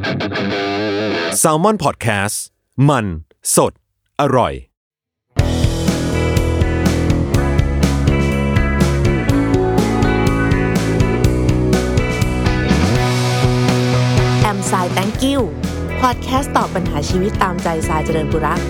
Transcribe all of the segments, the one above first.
Salmon Podcast มันสดอร่อยแอมสาย thank you พอดแคสต์ตอบปัญหาชีวิตตามใจสายเจริญปุระ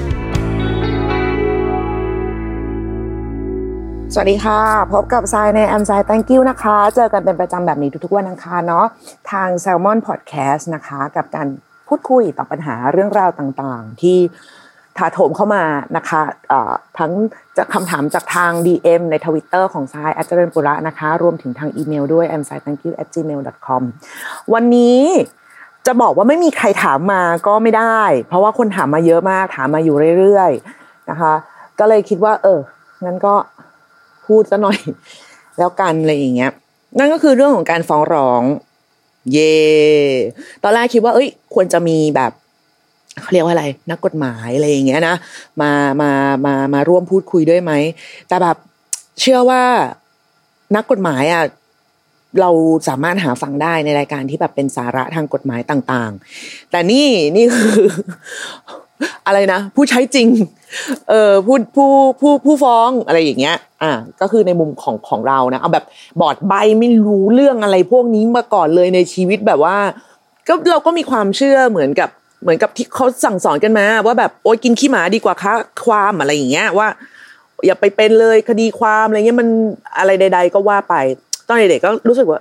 สวัสดีค่ะพบกับทรายในแอมทราย thank you นะคะเจอกันเป็นประจำแบบนี้ทุกๆวันอังคารเนาะทาง Salmon Podcast นะคะกับการพูดคุยตอบปัญหาเรื่องราวต่างๆที่ถาโถมเข้ามานะคะทั้งจากคำถามจากทาง DM ใน Twitter ของทรายเจริญปุระนะคะรวมถึงทางอีเมลด้วย amsai.thankyou@gmail.com วันนี้จะบอกว่าไม่มีใครถามมาก็ไม่ได้เพราะว่าคนถามมาเยอะมากถามมาอยู่เรื่อยๆนะคะก็เลยคิดว่างั้นก็พูดซะหน่อยแล้วกันอะไรอย่างเงี้ยนั่นก็คือเรื่องของการฟ้องร้องเย่ตอนแรกคิดว่าควรจะมีแบบเขาเรียกว่าอะไรนักกฎหมายอะไรอย่างเงี้ยนะมาร่วมพูดคุยด้วยไหมแต่แบบเชื่อว่านักกฎหมายเราสามารถหาฟังได้ในรายการที่แบบเป็นสาระทางกฎหมายต่างๆแต่นี่คืออะไรนะผู้ใช้จริงผู้ฟ้องอะไรอย่างเงี้ยก็คือในมุมของเรานะเอาแบบบอดใบไม่รู้เรื่องอะไรพวกนี้มาก่อนเลยในชีวิตแบบว่าก็เราก็มีความเชื่อเหมือนกับที่เขาสั่งสอนกันมาว่าแบบโอ๊ยกินขี้หมาดีกว่าคะความอะไรอย่างเงี้ยว่าอย่าไปเป็นเลยคดีความอะไรเงี้ยมันอะไรใดๆก็ว่าไปตอนเด็กๆก็รู้สึกว่า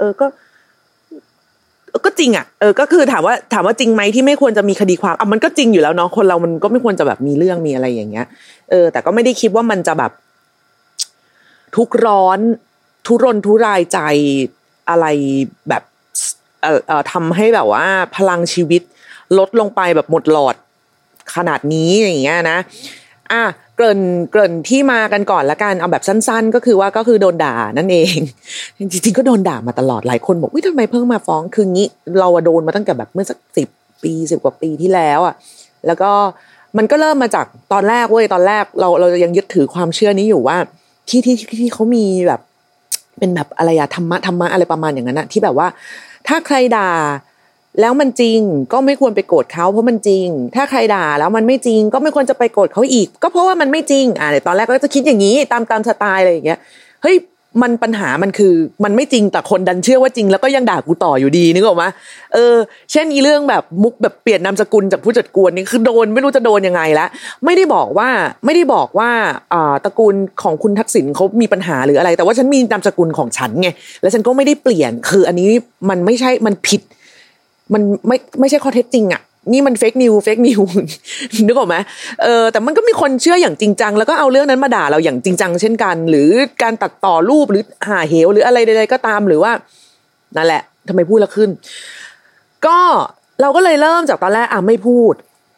ก็จริงก็คือถามว่าจริงไหมที่ไม่ควรจะมีคดีความมันก็จริงอยู่แล้วเนาะคนเรามันก็ไม่ควรจะแบบมีเรื่องมีอะไรอย่างเงี้ยแต่ก็ไม่ได้คิดว่ามันจะแบบทุกข์ร้อนทุรนทุรายใจอะไรแบบทำให้แบบว่าพลังชีวิตลดลงไปแบบหมดหลอดขนาดนี้อย่างเงี้ยนะเกริ่นที่มากันก่อนละกันเอาแบบสั้นๆก็คือโดนด่านั่นเองจริงๆก็โดนด่ามาตลอดหลายคนบอกทำไมเพิ่งมาฟ้องคืองี้เราโดนมาตั้งแต่แบบเมื่อสัก10 กว่าปีที่แล้วแล้วก็มันก็เริ่มมาจากตอนแรกเรายังยึดถือความเชื่อนี้อยู่ว่าที่เขามีแบบเป็นแบบอะไรธรรมะอะไรประมาณอย่างนั้นที่แบบว่าถ้าใครด่าแล้วมันจริงก็ไม่ควรไปโกรธเขาเพราะมันจริงถ้าใครด่าแล้วมันไม่จริงก็ไม่ควรจะไปโกรธเขาอีกก็เพราะว่ามันไม่จริงตอนแรกก็จะคิดอย่างนี้ตามสไตล์อะไรอย่างเงี้ยเฮ้ยมันปัญหามันคือมันไม่จริงแต่คนดันเชื่อว่าจริงแล้วก็ยังด่ากูต่ออยู่ดีนึกออกมั้ยเช่นอีเรื่องแบบมุกแบบเปลี่ยนนามสกุลจากผู้จัดกวนนี่คือโดนไม่รู้จะโดนยังไงละไม่ได้บอกว่าตระกูลของคุณทักษิณเขามีปัญหาหรืออะไรแต่ว่าฉันมีนามสกุลของฉันไงแล้วฉันก็ไม่ได้เปลี่ยนคืออันนี้มันไม่ใช่มันผิดมันไม่ใช่ข้อเท็จจริงนี่มันเฟกนิวนึกออกไหมแต่มันก็มีคนเชื่ออย่างจริงจังแล้วก็เอาเรื่องนั้นมาด่าเราอย่างจริงจังเช่นกันหรือการตัดต่อรูปหรือหาเหวหรืออะไรใดๆก็ตามหรือว่านั่นแหละทำไมพูดแล้วขึ้นก็เราก็เลยเริ่มจากตอนแรกไม่พูด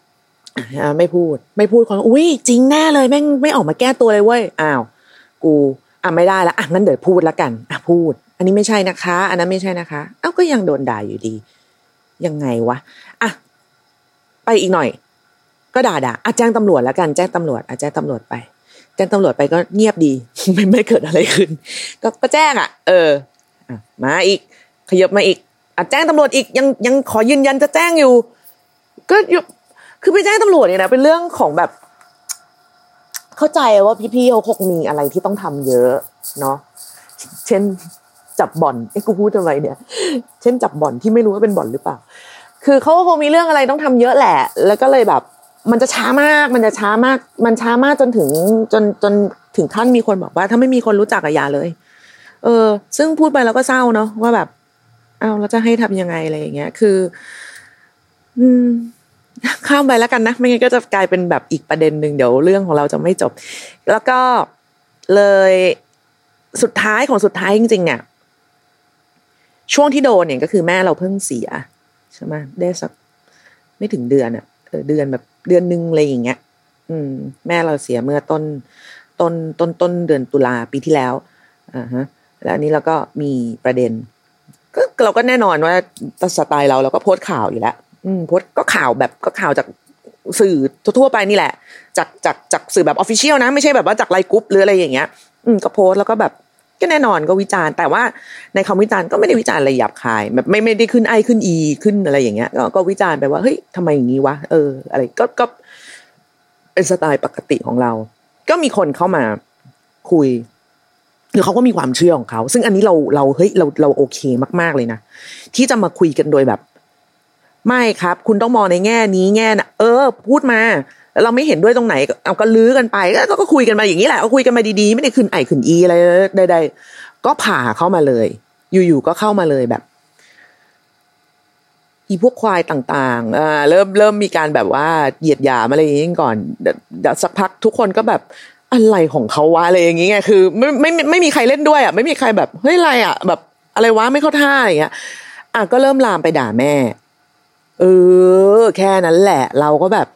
คนอุ้ยจริงแน่เลยแม่งไม่ออกมาแก้ตัวเลยเว้ยกูไม่ได้ละงั้นเดี๋ยวพูดละกันพูดอันนี้ไม่ใช่นะคะอันนั้นไม่ใช่นะคะก็ยังโดนด่าอยู่ดียังไงวะไปอีกหน่อยก็ด่าแจ้งตำรวจแล้วกันแจ้งตำรวจแจ้งตำรวจไปก็เงียบดี ไม่เกิดอะไรขึ้นก็แจ้งมาอีกขยับมาอีกแจ้งตำรวจอีกยังขอยืนยันจะแจ้งอยู่ก็คือไปแจ้งตำรวจเนี่ยนะเป็นเรื่องของแบบเข้าใจว่าพี่ๆเขาคงมีอะไรที่ต้องทำเยอะเนาะเช่นจับบ่อนกูพูดทำไมเนี่ยเช่นจับบ่อนที่ไม่รู้ว่าเป็นบ่อนหรือเปล่าคือเขาคงมีเรื่องอะไรต้องทำเยอะแหละแล้วก็เลยแบบมันช้ามากจนถึงขั้นมีคนบอกว่าถ้าไม่มีคนรู้จักอย่าเลยซึ่งพูดไปแล้วก็เศร้าเนาะว่าแบบเราจะให้ทำยังไงอะไรอย่างเงี้ยคือข้ามไปแล้วกันนะไม่งั้นก็จะกลายเป็นแบบอีกประเด็นนึงเดี๋ยวเรื่องของเราจะไม่จบแล้วก็เลยสุดท้ายจริงๆเนี่ยช่วงที่โดนเนี่ยก็คือแม่เราเพิ่งเสียใช่ไหมได้สักไม่ถึงเดือนเดือนแบบเดือนนึงอะไรอย่างเงี้ยแม่เราเสียเมื่อต้นเดือนตุลาปีที่แล้วแล้วอันนี้เราก็มีประเด็นก็เราก็แน่นอนว่าสไตล์เราก็โพสต์ข่าวอยู่แล้วโพสต์ก็ข่าวจากสื่อทั่วไปนี่แหละจากสื่อแบบ official นะไม่ใช่แบบว่าจากไลน์กรุ๊ปหรืออะไรอย่างเงี้ยก็โพสต์แล้วก็แบบก็แน่นอนก็วิจารณ์แต่ว่าในคำวิจารณ์ก็ไม่ได้วิจารณ์อะไรหยาบคายแบบไม่ได้ขึ้นไอขึ้นอีขึ้นอะไรอย่างเงี้ยก็วิจารณ์ไปว่าเฮ้ยทำไมอย่างงี้วะอะไรก็เป็นสไตล์ปกติของเราก็มีคนเข้ามาคุยหรือเขาก็มีความเชื่อของเขาซึ่งอันนี้เราเฮ้ยเราโอเคมากๆเลยนะที่จะมาคุยกันโดยแบบไม่ครับคุณต้องมองในแง่นี้แง่นะพูดมาเราไม่เห็นด้วยตรงไหนเอาก็ลื้อกันไปก็คุยกันมาอย่างนี้แหละก็คุยกันมาดีๆไม่ได้ขึ้นไอขึ้นอีอะไรใดๆก็ผ่าเข้ามาเลยอยู่ๆก็เข้ามาเลยแบบอีพวกควายต่างๆเริ่มมีการแบบว่าเหยียดหยามอะไรอย่างนี้ก่อนสักพักทุกคนก็แบบอะไรของเขาวะอะไรอย่างเงี้ยคือไม่มีใครเล่นด้วยอ่ะไม่มีใครแบบเฮ้ยอะไรอ่ะแบบอะไรวะไม่เข้าท่าอย่างเงี้ยก็เริ่มลามไปด่าแม่แค่นั้นแหละเราก็แบบ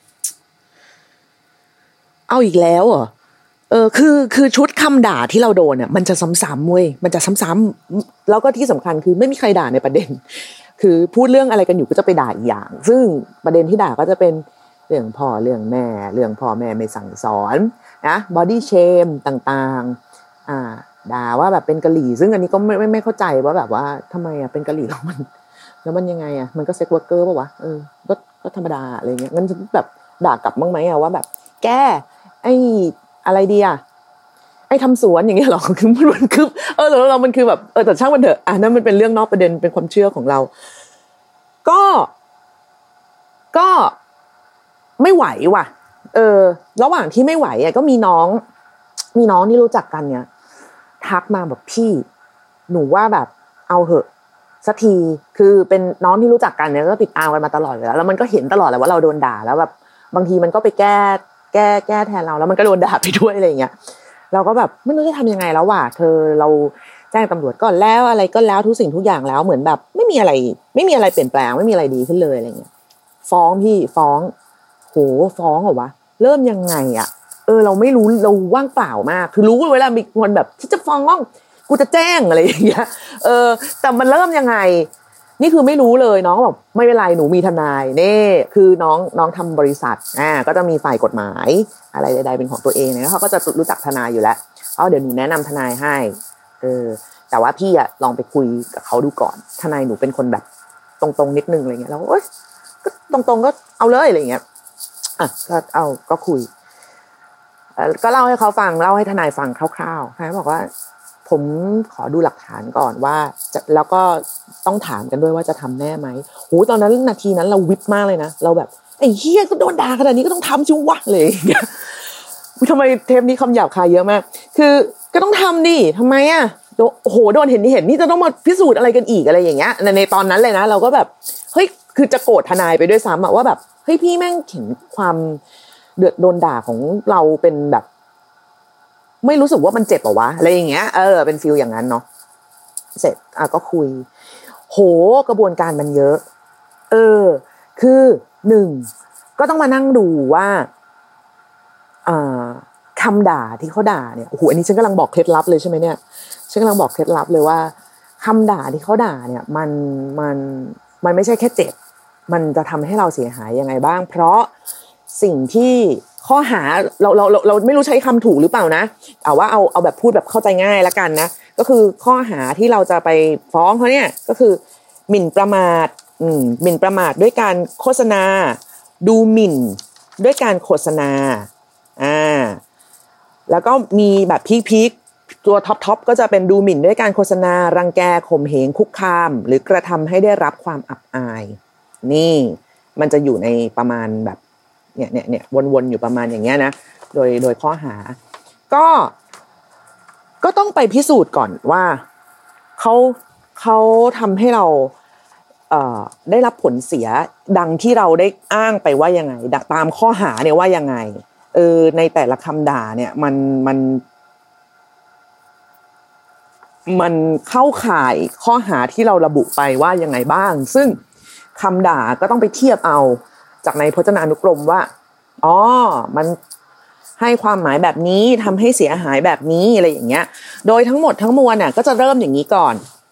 เอาอีกแล้วเหรอคือชุดคำด่าที่เราโดนเนี่ยมันจะซ้ำๆเว้ยมันจะซ้ำๆแล้วก็ที่สำคัญคือไม่มีใครด่าในประเด็นคือพูดเรื่องอะไรกันอยู่ก็จะไปด่าอีกอย่างซึ่งประเด็นที่ด่าก็จะเป็นเรื่องพ่อเรื่องแม่เรื่องพ่อแม่ไม่สั่งสอนนะบอดี้เชมต่างๆด่าว่าแบบเป็นกะหรี่ซึ่งอันนี้ก็ไม่เข้าใจว่าแบบว่าทำไมเป็นกะหรี่แล้วมันยังไงมันก็เซ็กเวิร์กเกอร์ป่ะวะก็ธรรมดาอะไรเงี้ยงั้นแบบด่ากลับบ้างไหมว่าแบบแกไอ้อะไรดีไอ้ทำสวนอย่างเงี้ยหรอคือมันคือเรามันคือแบบแต่ช่างมันเถอะนั่นมันเป็นเรื่องนอกประเด็นเป็นความเชื่อของเราก็ไม่ไหวว่ะระหว่างที่ไม่ไหวก็มีน้องที่รู้จักกันเนี่ยทักมาแบบพี่หนูว่าแบบเอาเหอะสักทีคือเป็นน้องที่รู้จักกันเนี่ยก็ติดตามกันมาตลอดเลยแล้วมันก็เห็นตลอดเลยว่าเราโดนด่าแล้วแบบบางทีมันก็ไปแก้แทนเราแล้วมันก็โดนด่าไปด้วยอะไรอย่างเงี้ยเราก็แบบไม่รู้จะทำยังไงแล้วว่ะเราแจ้งตำรวจก่อนแล้วอะไรก็แล้วทุกสิ่งทุกอย่างแล้วเหมือนแบบไม่มีอะไรเปลี่ยนแปลงไม่มีอะไรดีขึ้นเลยอะไรเงี้ยฟ้องพี่ฟ้องฟ้องเหรอวะเริ่มยังไงเราไม่รู้เราว่างเปล่ามากคือรู้เวลามีคนแบบที่จะฟ้องกูจะแจ้งอะไรอย่างเงี้ยแต่มันเริ่มยังไงนี่คือไม่รู้เลยน้องบอกไม่เป็นไรหนูมีทนายนี่คือน้องทำบริษัทก็จะมีฝ่ายกฎหมายอะไรใดๆเป็นของตัวเองเนี่ยเขาก็จะรู้จักทนายอยู่แล้วเดี๋ยวหนูแนะนำทนายให้แต่ว่าพี่ลองไปคุยกับเขาดูก่อนทนายหนูเป็นคนแบบตรงๆนิดนึงอะไรเงี้ยแล้วก็ตรงๆก็เอาเลยอะไรเงี้ยก็คุยก็เล่าให้เขาฟังเล่าให้ทนายฟังคร่าวๆทนายบอกว่าผมขอดูหลักฐานก่อนว่าแล้วก็ต้องถามกันด้วยว่าจะทำแน่ไหมตอนนั้นนาทีนั้นเราวิปมากเลยนะเราแบบไอ้เหี้ยก็โดนด่าขนาดนี้ก็ต้องทำชิวะเลยทำไมเทปนี้คำหยาบคายเยอะมากคือก็ต้องทำดิทำไมโดนเห็นนี่จะต้องมาพิสูจน์อะไรกันอีกอะไรอย่างเงี้ยในตอนนั้นเลยนะเราก็แบบเฮ้ยคือจะโกรธทนายไปด้วยซ้ำว่าแบบเฮ้ยพี่แม่งเห็นความโดนด่าของเราเป็นแบบไม่รู้สึกว่ามันเจ็บหรอวะอะไรอย่างเงี้ยเป็นฟีลอย่างนั้นเนาะเสร็จก็คุยกระบวนการมันเยอะคือ1ก็ต้องมานั่งดูว่าคำด่าที่เขาด่าเนี่ยอันนี้ฉันกำลังบอกเคล็ดลับเลยใช่ไหมเนี่ยฉันกำลังบอกเคล็ดลับเลยว่าคำด่าที่เขาด่าเนี่ยมันไม่ใช่แค่เจ็บมันจะทำให้เราเสียหายยังไงบ้างเพราะสิ่งที่ข้อหาเราไม่รู้ใช้คำถูกหรือเปล่านะแต่ว่าเอาแบบพูดแบบเข้าใจง่ายละกันนะก็คือข้อหาที่เราจะไปฟ้องเขาเนี่ยก็คือหมิ่นประมาทด้วยการโฆษณาดูหมิ่นด้วยการโฆษณาแล้วก็มีแบบพีคตัวท็อปก็จะเป็นดูหมิ่นด้วยการโฆษณารังแกข่มเหงคุกคามหรือกระทำให้ได้รับความอับอายนี่มันจะอยู่ในประมาณแบบเนี่ยวนๆอยู่ประมาณอย่างเงี้ยนะโดยข้อหาก็ต้องไปพิสูจน์ก่อนว่าเขาทำให้เราได้รับผลเสียดังที่เราได้อ้างไปว่ายังไงตามข้อหาเนี่ยว่ายังไงในแต่ละคำด่าเนี่ยมันเข้าข่ายข้อหาที่เราระบุไปว่ายังไงบ้างซึ่งคำด่าก็ต้องไปเทียบเอาจากในพจนานุกรมว่ามันให้ความหมายแบบนี้ทำให้เสียหายแบบนี้อะไรอย่างเงี้ยโดยทั้งหมดทั้งมวลน่ะก็จะเริ่มอย่างนี้ก่อน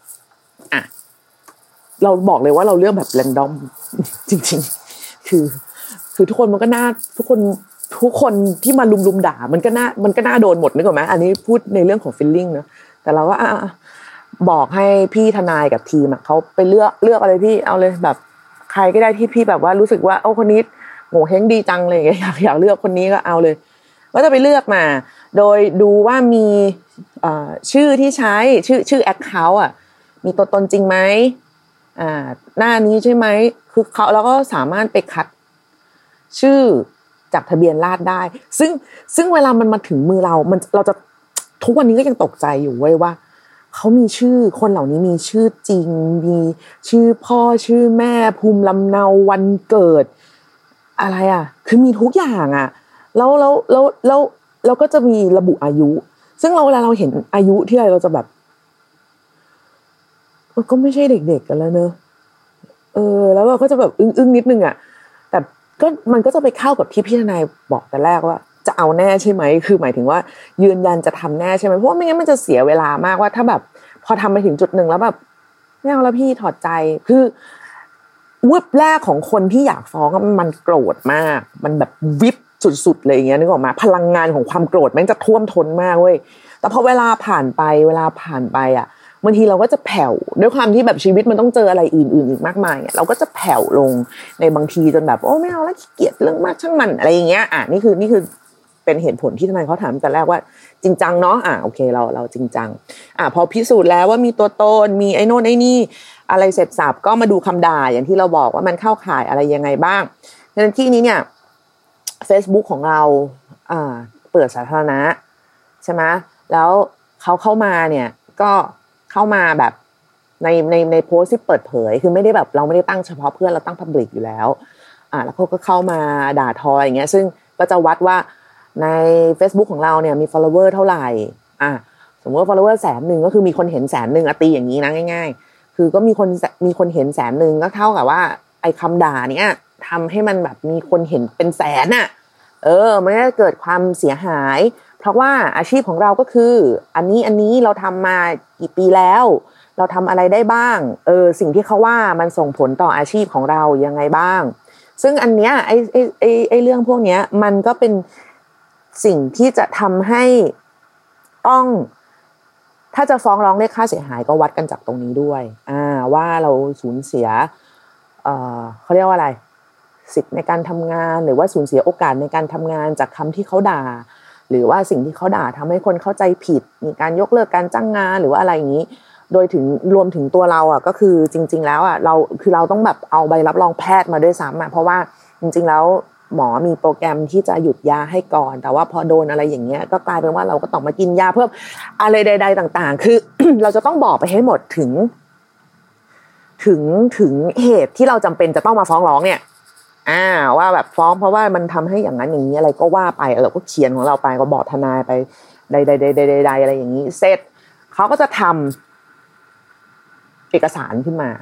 เราบอกเลยว่าเราเลือกแบบแรนดอมจริงๆคือทุกคนมันก็น่าทุกคนที่มาลุมด่ามันก็น่าโดนหมดนึกออกมั้ยอันนี้พูดในเรื่องของฟีลลิ่งเนาะแต่เราก็บอกให้พี่ทนายกับทีมเขาไปเลือกอะไรพี่เอาเลยแบบใครก็ได้ที่พี่แบบว่ารู้สึกว่าคนนี้โง่เฮงดีจังเลยอยากเลือกคนนี้ก็เอาเลยก็จะไปเลือกมาโดยดูว่ามีชื่อที่ใช้ชื่อ account มีตัวตนจริงไหมหน้านี้ใช่ไหมคือเขาแล้วก็สามารถไปคัดชื่อจากทะเบียนราษฎร์ได้ซึ่งเวลามันมาถึงมือเราจะทุกวันนี้ก็ยังตกใจอยู่เว้ยว่าเขามีชื่อคนเหล่านี้มีชื่อจริงมีชื่อพ่อชื่อแม่ภูมิลำเนาวันเกิดอะไรคือมีทุกอย่างแล้วก็จะมีระบุอายุซึ่งเวลาเราเห็นอายุที่ไรเราจะแบบก็ไม่ใช่เด็กๆกันแล้วเนอะแล้วเราก็จะแบบอึ้งนิดนึงแต่ก็มันก็จะไปเข้ากับที่พี่ทนายบอกแต่แรกว่าจะเอาแน่ใช่ไหมคือหมายถึงว่ายืนยันจะทำแน่ใช่ไหมเพราะว่าไม่งั้นมันจะเสียเวลามากว่าถ้าแบบพอทำไปถึงจุดหนึ่งแล้วแบบไม่เอาแล้วพี่ถอดใจคือวิบแรกของคนที่อยากฟ้องมันโกรธมากมันแบบวิบสุดๆเลยอย่างเงี้ยนึกออกมาพลังงานของความโกรธแม่งจะท่วมท้นมากเว้ยแต่พอเวลาผ่านไปบางทีเราก็จะแผ่วด้วยความที่แบบชีวิตมันต้องเจออะไรอื่นๆอีกมากมายเราก็จะแผ่วลงในบางทีจนแบบไม่เอาแล้วขี้เกียจเรื่องมากช่างมันอะไรอย่างเงี้ยนี่คือเป็นเหตุผลที่ทนายเขาถามแต่แรกว่าจริงจังเนาะโอเคเราจริงจังพอพิสูจน์แล้วว่ามีตัวตนมีไอ้โน่นไอ้นี่อะไรเสร็จสับก็มาดูคำด่าอย่างที่เราบอกว่ามันเข้าข่ายอะไรยังไงบ้างในที่นี้เนี่ย Facebook ของเราเปิดสาธารณะใช่ไหมแล้วเขาเข้ามาเนี่ยก็เข้ามาแบบในโพสต์ที่เปิดเผยคือไม่ได้แบบเราไม่ได้ตั้งเฉพาะเพื่อนเราตั้ง public อยู่แล้วแล้วเขาก็เข้ามาด่าทออย่างเงี้ยซึ่งก็จะวัดว่าใน Facebook ของเราเนี่ยมี follower เท่าไหร่สมมติว่า follower 100,000ก็คือมีคนเห็น100,000ตีอย่างนี้นะง่ายๆคือก็มีคนเห็น100,000ก็เท่ากับว่าไอ้คำด่าเนี้ยทำให้มันแบบมีคนเห็นเป็นแสนมันก็เกิดความเสียหายเพราะว่าอาชีพของเราก็คืออันนี้เราทำมากี่ปีแล้วเราทำอะไรได้บ้างสิ่งที่เขาว่ามันส่งผลต่ออาชีพของเรายังไงบ้างซึ่งอันเนี้ยไอ้เรื่องพวกเนี้ยมันก็เป็นสิ่งที่จะทำให้ต้องถ้าจะฟ้องร้องเรียกค่าเสียหายก็วัดกันจากตรงนี้ด้วยว่าเราสูญเสียเขาเรียกว่าอะไรสิทธิ์ในการทำงานหรือว่าสูญเสียโอกาสในการทำงานจากคำที่เขาด่าหรือว่าสิ่งที่เขาด่าทำให้คนเข้าใจผิดมีการยกเลิกการจ้างงานหรือว่าอะไรอย่างนี้โดยถึงรวมถึงตัวเราก็คือจริงๆแล้วเราต้องแบบเอาใบรับรองแพทย์มาด้วยซ้ำเพราะว่าจริงๆแล้วหมอมีโปรแกรมที่จะหยุดยาให้ก่อนแต่ว่าพอโดนอะไรอย่างเงี้ยก็กลายเป็นว่าเราก็ต้องมากินยาเพิ่มอะไรใดๆต่างๆคือ เราจะต้องบอกไปให้หมดถึงเหตุที่เราจำเป็นจะต้องมาฟ้องร้องเนี่ยว่าแบบฟ้องเพราะว่ามันทำให้อย่างนั้นอย่างนี้อะไรก็ว่าไปเราก็เขียนของเราไปก็บอกทนายไปใดๆอะไรอย่างนี้เสร็จเขาก็จะทำเอกสารขึ้นมา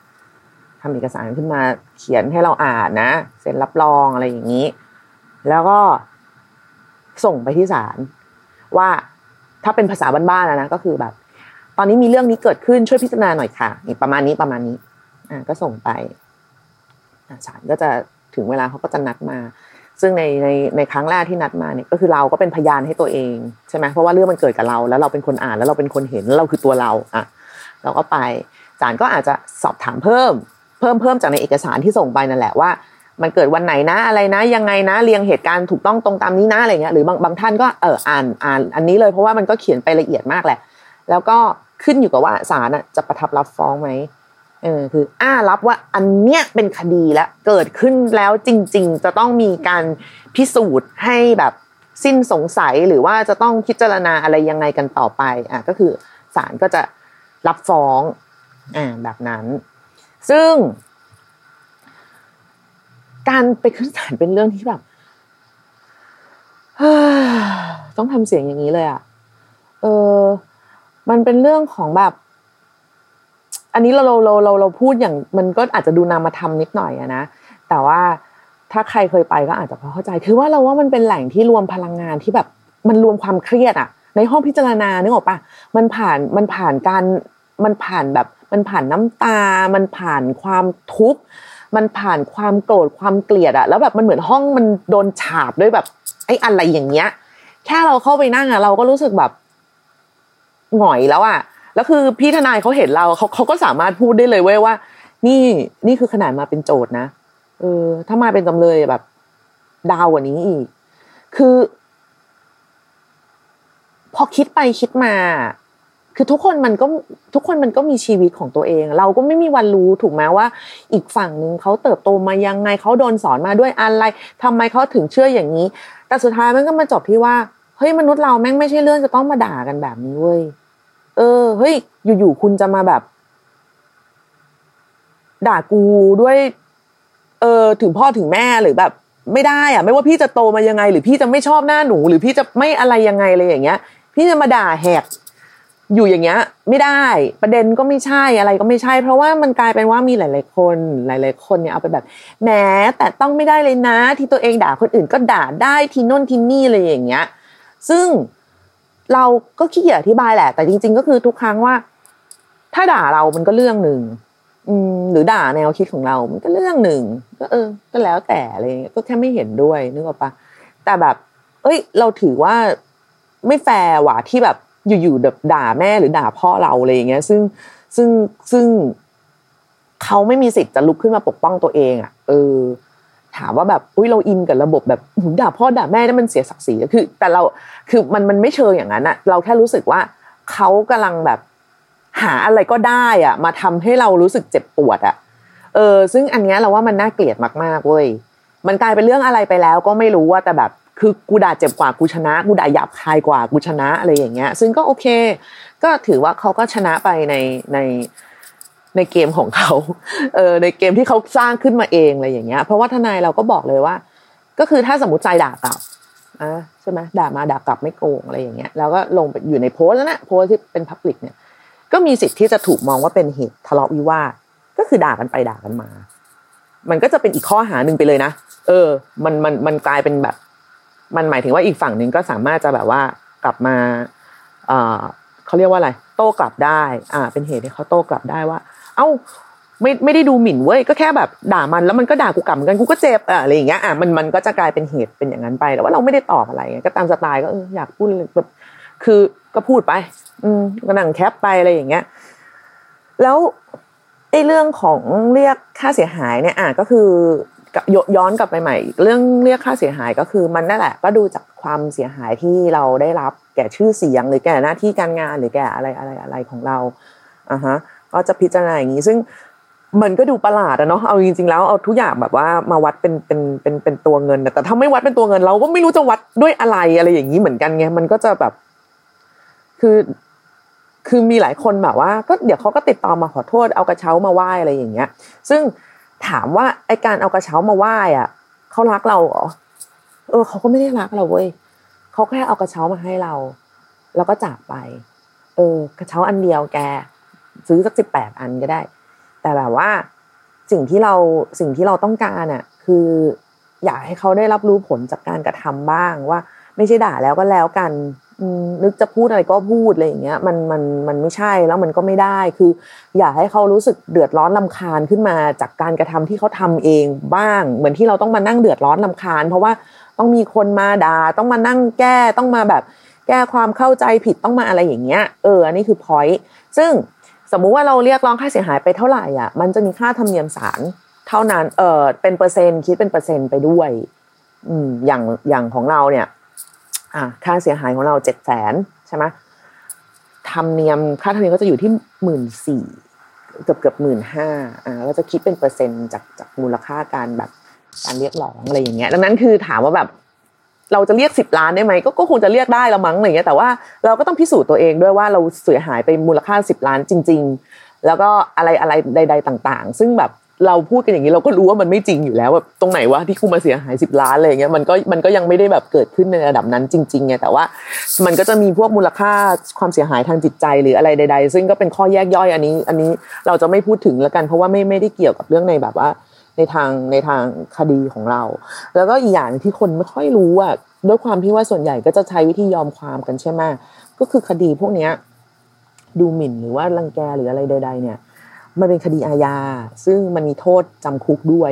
เขียนให้เราอ่านนะเซ็นรับรองอะไรอย่างนี้แล้วก็ส่งไปที่ศาลว่าถ้าเป็นภาษาบ้านๆนะก็คือแบบตอนนี้มีเรื่องนี้เกิดขึ้นช่วยพิจารณาหน่อยค่ะประมาณนี้ก็ส่งไปศาลก็จะถึงเวลาเขาก็จะนัดมาซึ่งในครั้งแรกที่นัดมาเนี่ยก็คือเราก็เป็นพยานให้ตัวเองใช่ไหมเพราะว่าเรื่องมันเกิดกับเราแล้วเราเป็นคนอ่านแล้วเราเป็นคนเห็นแล้วเราคือตัวเราเราก็ไปศาลก็อาจจะสอบถามเพิ่มจากในเอกสารที่ส่งไปนั่นแหละว่ามันเกิดวันไหนนะอะไรนะยังไงนะเรียงเหตุการณ์ถูกต้องตรงตามนี้นะอะไรเงี้ยหรือบางท่านก็อ่านอันนี้เลยเพราะว่ามันก็เขียนไปละเอียดมากแหละแล้วก็ขึ้นอยู่กับว่าศาลจะประทับรับฟ้องไหมคือรับว่าอันเนี้ยเป็นคดีแล้วเกิดขึ้นแล้วจริงๆจะต้องมีการพิสูจน์ให้แบบสิ้นสงสัยหรือว่าจะต้องพิจารณาอะไรยังไงกันต่อไปก็คือศาลก็จะรับฟ้องแบบนั้นซึ่งการไปขึ้นศาลเป็นเรื่องที่แบบต้องทำเสียงอย่างนี้เลยมันเป็นเรื่องของแบบอันนี้เราพูดอย่างมันก็อาจจะดูนามธรรมนิดหน่อยนะแต่ว่าถ้าใครเคยไปก็อาจจะพอเข้าใจคือว่าเราว่ามันเป็นแหล่งที่รวมพลังงานที่แบบมันรวมความเครียดในห้องพิจารณานึกออกปะมันผ่านน้ำตามันผ่านความทุกข์มันผ่านความโกรธความเกลียดแล้วแบบมันเหมือนห้องมันโดนฉาบด้วยแบบไอ้อะไรอย่างเงี้ยแค่เราเข้าไปนั่งเราก็รู้สึกแบบหงอยแล้วอ่ะแล้วคือพี่ทนายเขาเห็นเราเขาก็สามารถพูดได้เลยเว้ยว่านี่คือขนาดมาเป็นโจทย์นะถ้ามาเป็นจำเลยแบบดาวกว่านี้อีกคือพอคิดไปคิดมาคือทุกคนมันก็มีชีวิตของตัวเองเราก็ไม่มีวันรู้ถูกไหมว่าอีกฝั่งนึงเขาเติบโตมายังไงเขาโดนสอนมาด้วยอะไรทำไมเขาถึงเชื่ออย่างนี้แต่สุดท้ายมันก็มาจบที่ว่าเฮ้ยมนุษย์เราแม่งไม่ใช่เรื่องจะต้องมาด่ากันแบบนี้เว้ยเฮ้ยอยู่ๆคุณจะมาแบบด่ากูด้วยถึงพ่อถึงแม่หรือแบบไม่ได้อ่ะไม่ว่าพี่จะโตมายังไงหรือพี่จะไม่ชอบหน้าหนูหรือพี่จะไม่อะไรยังไงเลยอย่างเงี้ยพี่จะมาด่าแหกอยู่อย่างเงี้ยไม่ได้ประเด็นก็ไม่ใช่อะไรก็ไม่ใช่เพราะว่ามันกลายเป็นว่ามีหลายๆคนเนี่ยเอาไปแบบแหมแต่ต้องไม่ได้เลยนะที่ตัวเองด่าคนอื่นก็ด่าได้ทีโน่นทีนี่อะไรอย่างเงี้ยซึ่งเราก็ขี้เกียจอธิบายแหละแต่จริงๆก็คือทุกครั้งว่าถ้าด่าเรามันก็เรื่องนึงหรือด่าแนวคิดของเรามันก็เรื่องนึงก็ก็แล้วแต่อะไรเงี้ยก็แค่ไม่เห็นด้วยนึกออกปะแต่แบบเราถือว่าไม่แฟร์ว่ะที่แบบอยู่ๆแบบด่าแม่หรือด่าพ่อเราอะไรอย่างเงี้ยซึ่งเขาไม่มีสิทธิ์จะลุกขึ้นมาปกป้องตัวเองอ่ะถามว่าแบบเราอินกับระบบแบบด่าพ่อด่าแม่นี่มันเสียศักดิ์ศรีคือแต่เราคือมันไม่เชิงอย่างนั้นอ่ะเราแค่รู้สึกว่าเขากำลังแบบหาอะไรก็ได้อ่ะมาทำให้เรารู้สึกเจ็บปวดอ่ะซึ่งอันเนี้ยเราว่ามันน่าเกลียดมากๆเว้ยมันกลายเป็นเรื่องอะไรไปแล้วก็ไม่รู้ว่าแต่แบบคือกูด่าเจ็บกว่ากูชนะกูด่าหยาบคายกว่ากูชนะอะไรอย่างเงี้ยซึ่งก็โอเคก็ถือว่าเขาก็ชนะไปในเกมของเขาในเกมที่เขาสร้างขึ้นมาเองอะไรอย่างเงี้ยเพราะว่าทนายเราก็บอกเลยว่าก็คือถ้าสมมุติใจด่ากลับใช่ไหมด่ามาด่ากลับไม่โกงอะไรอย่างเงี้ยแล้วก็ลงไปอยู่ในโพสต์แล้วนะโพสต์ที่เป็นพับลิกเนี่ยก็มีสิทธิ์ที่จะถูกมองว่าเป็นเหตุทะเลาะวิวาทก็คือด่ากันไปด่ากันมามันก็จะเป็นอีกข้อหานึงไปเลยนะมันกลายเป็นแบบมันหมายถึงว่าอีกฝั่งนึงก็สามารถจะแบบว่ากลับมาเขาเรียกว่าอะไรโต้กลับได้เป็นเหตุให้เขาโต้กลับได้ว่าเอ้าไม่ได้ดูหมิ่นเว้ยก็แค่แบบด่ามันแล้วมันก็ด่ากูกลับเหมือนกันกูก็เจ็บอะไรอย่างเงี้ยมันก็จะกลายเป็นเหตุเป็นอย่างนั้นไปแต่ว่าเราไม่ได้ตอบอะไรก็ตามสไตล์ก็อยากพูดแบบคือก็พูดไปก็นั่งแคปไปอะไรอย่างเงี้ยแล้วไอ้เรื่องของเรียกค่าเสียหายเนี่ยก็คือย้อนกลับไปใหม่เรื่องเรียกค่าเสียหายก็คือมันนั่นแหละก็ดูจากความเสียหายที่เราได้รับแก่ชื่อเสียงหรือแก่หน้าที่การงานหรือแก่อะไรของเราก็จะพิจารณาอย่างนี้ซึ่งมันก็ดูประหลาดเนาะเอาจริงๆแล้วเอาทุกอย่างแบบว่ามาวัดเป็นตัวเงินแต่ถ้าไม่วัดเป็นตัวเงินเราก็ไม่รู้จะวัดด้วยอะไรอย่างนี้เหมือนกันไงมันก็จะแบบคือมีหลายคนแบบว่าก็เดี๋ยวเขาก็ติดต่อมาขอโทษเอากระเช้ามาไหว้อะไรอย่างเงี้ยซึ่งถามว่าไอ้การเอากระเช้ามาไหว้เขารักเราเหรอเขาก็ไม่ได้รักเราเว้ยเขาแค่เอากระเช้ามาให้เราแล้วก็จากไปกระเช้าอันเดียวแกซื้อสัก18อันก็ได้แต่แบบว่าสิ่งที่เราต้องการคืออยากให้เขาได้รับรู้ผลจากการกระทำบ้างว่าไม่ใช่ด่าแล้วก็แล้วกันนึกจะพูดอะไรก็พูดอะไรอย่างเงี้ยมันไม่ใช่แล้วมันก็ไม่ได้คืออยากให้เขารู้สึกเดือดร้อนรำคาญขึ้นมาจากการกระทำที่เขาทำเองบ้างเหมือนที่เราต้องมานั่งเดือดร้อนรำคาญเพราะว่าต้องมีคนมาด่าต้องมานั่งแก้ต้องมาแบบแก้ความเข้าใจผิดต้องมาอะไรอย่างเงี้ยอันนี้คือ point ซึ่งสมมุติว่าเราเรียกร้องค่าเสียหายไปเท่าไหร่มันจะมีค่าธรรมเนียมศาลเท่านั้นเป็นเปอร์เซ็นต์คิดเป็นเปอร์เซ็นต์ไปด้วยอย่างของเราเนี่ยค่าเสียหายของเรา700,000ใช่ไหมธรรมเนียมค่าธรรมเนียมก็จะอยู่ที่ 14,000 เกือบ 15,000เราจะคิดเป็นเปอร์เซ็นต์จากมูลค่าการแบบการเรียกร้องอะไรอย่างเงี้ยดังนั้นคือถามว่าแบบเราจะเรียก10ล้านได้ไหมก็คงจะเรียกได้ละมั้งอะไรอย่างเงี้ยแต่ว่าเราก็ต้องพิสูจน์ตัวเองด้วยว่าเราเสียหายไปมูลค่า10ล้านจริงๆแล้วก็อะไรใดๆต่างๆซึ่งแบบเราพูดกันอย่างนี้เราก็รู้ว่ามันไม่จริงอยู่แล้วแบบตรงไหนวะที่กูมาเสียหาย10ล้านอะไรอย่างเงี้ยมันก็ยังไม่ได้แบบเกิดขึ้นในระดับนั้นจริงๆไงแต่ว่ามันก็จะมีพวกมูลค่าความเสียหายทางจิตใจหรืออะไรใดๆซึ่งก็เป็นข้อแยกย่อยอันนี้เราจะไม่พูดถึงแล้วกันเพราะว่าไม่ได้เกี่ยวกับเรื่องในแบบว่าในทางคดีของเราแล้วก็อีกอย่างที่คนไม่ค่อยรู้ด้วยความที่ว่าส่วนใหญ่ก็จะใช้วิธียอมความกันใช่ไหมก็คือคดีพวกเนี้ยดูหมิ่นหรือว่ารังแกหรืออะไรใดๆเนี่ยมันเป็นคดีอาญาซึ่งมันมีโทษจำคุกด้วย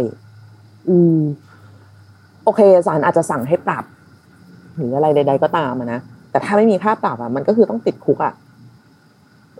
โอเคศาลอาจจะสั่งให้ปรับหรืออะไรใดๆก็ตามนะแต่ถ้าไม่มีค่าปรับมันก็คือต้องติดคุก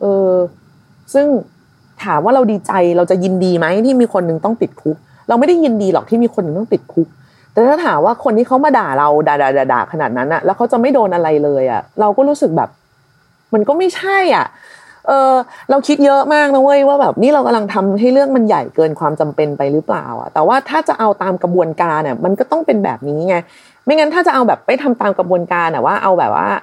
ซึ่งถามว่าเราดีใจเราจะยินดีไหมที่มีคนนึงต้องติดคุกเราไม่ได้ยินดีหรอกที่มีคนนึงต้องติดคุกแต่ถ้าถามว่าคนที่เขามาด่าเราด่าขนาดนั้นอะแล้วเขาจะไม่โดนอะไรเลยอะเราก็รู้สึกแบบมันก็ไม่ใช่อ่ะเราคิดเยอะมากนะเว้ยว่าแบบนี่เรากำลังทำให้เรื่องมันใหญ่เกินความจำเป็นไปหรือเปล่าอ่ะแต่ว่าถ้าจะเอาตามกระบวนการเนี่ยมันก็ต้องเป็นแบบนี้ไงไม่งั้นถ้าจะเอาแบบไปทำตามกระบวนการว่าเอาแบบว่า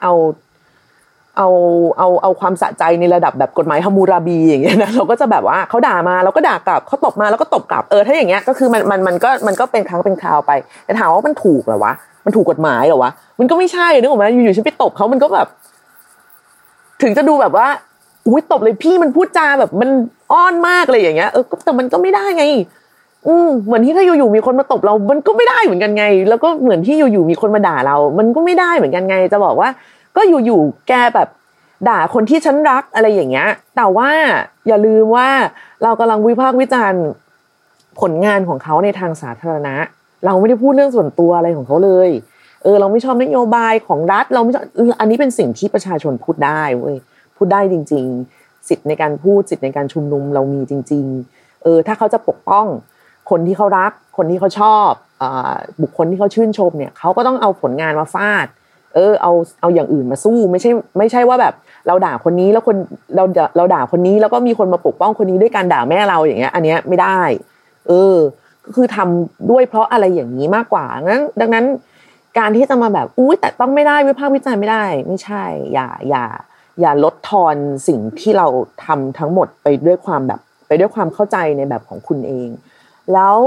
เอาความสะใจในระดับแบบกฎหมายฮัมมูราบีอย่างเงี้ยนะเราก็จะแบบว่าเขาด่ามาเราก็ด่ากลับเขาตบมาแล้วก็ตบกลับถ้าอย่างเงี้ยก็คือมันก็เป็นครั้งเป็นคราวไปแต่ถามว่ามันถูกเหรอวะมันถูกกฎหมายเหรอวะมันก็ไม่ใช่นึกออกไหมอยู่ๆฉันไปตบเขามันก็แบบถึงจะดูแบบว่าอุ้ยตบเลยพี่มันพูดจาแบบมันอ้อนมากเลยอย่างเงี้ยแต่มันก็ไม่ได้ไงเหมือนที่ถ้าอยู่ๆมีคนมาตบเรามันก็ไม่ได้เหมือนกันไงแล้วก็เหมือนที่อยู่ๆมีคนมาด่าเรามันก็ไม่ได้เหมือนกันไงจะบอกว่าก็อยู่ๆแกแบบด่าคนที่ฉันรักอะไรอย่างเงี้ยแต่ว่าอย่าลืมว่าเรากำลังวิพากษ์วิจารณ์ผลงานของเขาในทางสาธารณะเราไม่ได้พูดเรื่องส่วนตัวอะไรของเขาเลยเราไม่ชอบนโยบายของรัฐเราไม่ชอบอันนี้เป็นสิ่งที่ประชาชนพูดได้เว้ยพูดได้จริงๆสิทธิ์ในการพูดสิทธิ์ในการชุมนุมเรามีจริงๆถ้าเขาจะปกป้องคนที่เขารักคนที่เขาชอบบุคคลที่เขาชื่นชมเนี่ยเขาก็ต้องเอาผลงานมาฟาดเอาอย่างอื่นมาสู้ไม่ใช่ว่าแบบเราด่าคนนี้แล้วเราด่าคนนี้แล้วก็มีคนมาปกป้องคนนี้ด้วยการด่าแม่เราอย่างเงี้ยอันเนี้ยไม่ได้ก็คือทำด้วยเพราะอะไรอย่างนี้มากกว่างั้นดังนั้นการที่จะมาแบบแต่ต้องไม่ได้วิพากษ์วิจารณ์ไม่ได้ไม่ใช่อย่าลดทอนสิ่งที่เราทำทั้งหมดไปด้วยความเข้าใจในแบบของคุณเองแล้ว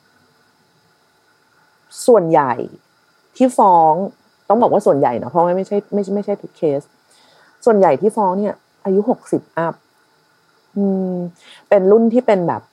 ส่วนใหญ่ที่ฟ้องต้องบอกว่าส่วนใหญ่นะเพราะว่าไม่ใช่ทุกเคสส่วนใหญ่ที่ฟ้องเนี่ยอายุ60อัพเป็นรุ่นที่เป็นแบบ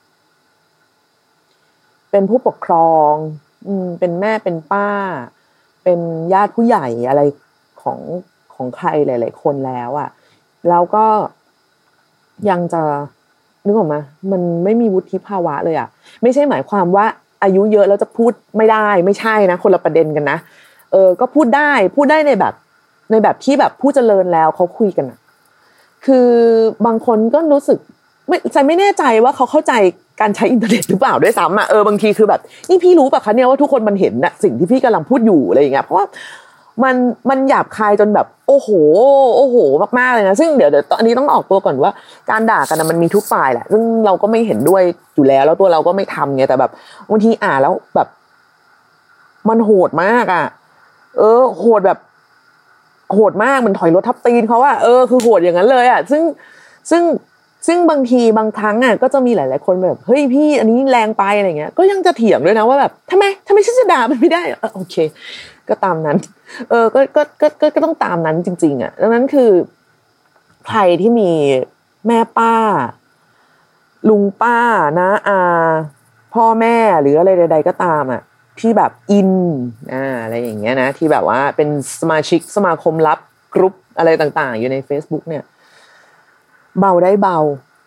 เป็นผู้ปกครองเป็นแม่เป็นป้าเป็นญาติผู้ใหญ่อะไรของใครหลายๆคนแล้วอ่ะแล้วก็ยังจะนึกออกมามันไม่มีวุฒิภาวะเลยอ่ะไม่ใช่หมายความว่าอายุเยอะแล้วจะพูดไม่ได้ไม่ใช่นะคนละประเด็นกันนะก็พูดได้ในแบบที่แบบผู้เจริญแล้วเขาคุยกันอ่ะคือบางคนก็รู้สึกไม่แน่ใจว่าเขาเข้าใจการใช้อินเทอร์เน็ตหรือเปล่าด้วยซ้ำอ่ะบางทีคือแบบนี่พี่รู้ป่ะคะเนี่ยว่าทุกคนมันเห็นน่ะสิ่งที่พี่กำลังพูดอยู่อะไรอย่างเงี้ยเพราะว่ามันหยาบคายจนแบบโอ้โหมากๆเลยนะซึ่งเดี๋ยวอันนี้ต้องออกตัวก่อนว่าการด่ากันมันมีทุกฝ่ายแหละซึ่งเราก็ไม่เห็นด้วยอยู่แล้วตัวเราก็ไม่ทำไงแต่แบบบางทีอ่านแล้วแบบมันโหดมากอ่ะโหดแบบโหดมากมันถอยรถทับตีนเขาอ่ะคือโหดอย่างนั้นเลยอ่ะซึ่งบางทีบางครั้งอ่ะก็จะมีหลายๆคนแบบเฮ้ยพี่อันนี้แรงไปอะไรเงี้ยก็ยังจะเถียงด้วยนะว่าแบบทำไมฉันจะด่ามันไม่ได้โอเคก็ตามนั้นก็ต้องตามนั้นจริงๆอ่ะดังนั้นคือใครที่มีแม่ป้าลุงป้าน้าอาพ่อแม่หรืออะไรใดๆก็ตามอ่ะที่แบบอินอะไรอย่างเงี้ยนะที่แบบว่าเป็นสมาชิกสมาคมลับกรุ๊ปอะไรต่างๆอยู่ใน Facebook เนี่ยเบาได้เบา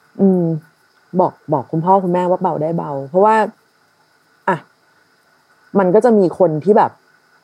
บอกคุณพ่อคุณแม่ว่าเบาได้เบาเพราะว่ามันก็จะมีคนที่แบบ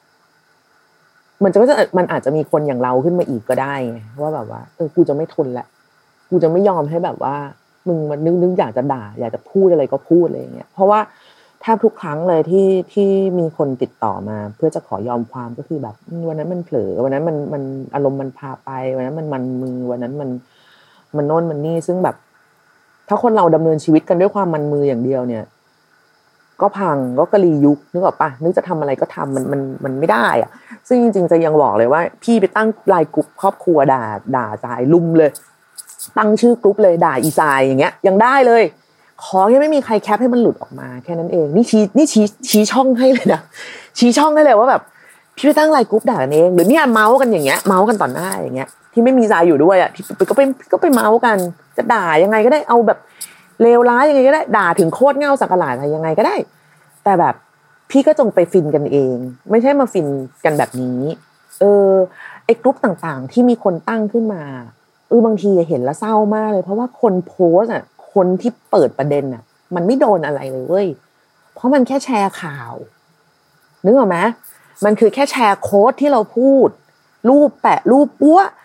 มันอาจจะมีคนอย่างเราขึ้นมาอีกก็ได้ไงว่าแบบว่ากูจะไม่ทนละกูจะไม่ยอมให้แบบว่ามึงมันนึกอยากจะด่าอยากจะพูดอะไรก็พูดอะไรอย่างเงี้ยเพราะว่าแทบทุกครั้งเลยที่มีคนติดต่อมาเพื่อจะขอยอมความก็คือแบบวันนั้นมันเผลอวันนั้นมันอารมณ์มันพาไปวันนั้นมันมือวันนั้นมันโน่นมันนี่ซึ่งแบบถ้าคนเราดำเนินชีวิตกันด้วยความมันมืออย่างเดียวเนี่ยก็พังก็กะลียุคนึกออกปะนึกจะทำอะไรก็ทำมันไม่ได้อ่ะซึ่งจริงๆจะยังบอกเลยว่าพี่ไปตั้งไลน์กลุ่มครอบครัวด่าทรายลุมเลยตั้งชื่อกลุ่มเลยด่าอีทรายอย่างเงี้ยยังได้เลยขอแค่ไม่มีใครแคปให้มันหลุดออกมาแค่นั้นเองนี่ชี้ช่องให้เลยนะชี้ช่องให้เลยว่าแบบพี่ไปตั้งไลน์กลุ่มด่ากันเองหรือเนี่ยเมาส์กันอย่างเงี้ยเมาส์กันต่อหน้าอย่างเงี้ยที่ไม่มีทรายอยู่ด้วยอ่ะที่ก็ไปเมาส์กันจะด่ายังไงก็ได้เอาแบบเลวร้ายยังไงก็ได้ด่าถึงโคตรเง่าสักหลาดอะไรยังไงก็ได้แต่แบบพี่ก็จงไปฟินกันเองไม่ใช่มาฟินกันแบบนี้ไอ้กลุ่มต่างๆที่มีคนตั้งขึ้นมาบางทีเห็นแล้วเศร้ามากเลยเพราะว่าคนโพสอ่ะคนที่เปิดประเด็นอ่ะมันไม่โดนอะไรเลยเว้ยเพราะมันแค่แชร์ข่าวนึกออกไหมมันคือแค่แชร์โค้ดที่เราพูดรูปแปะรูปปั้ว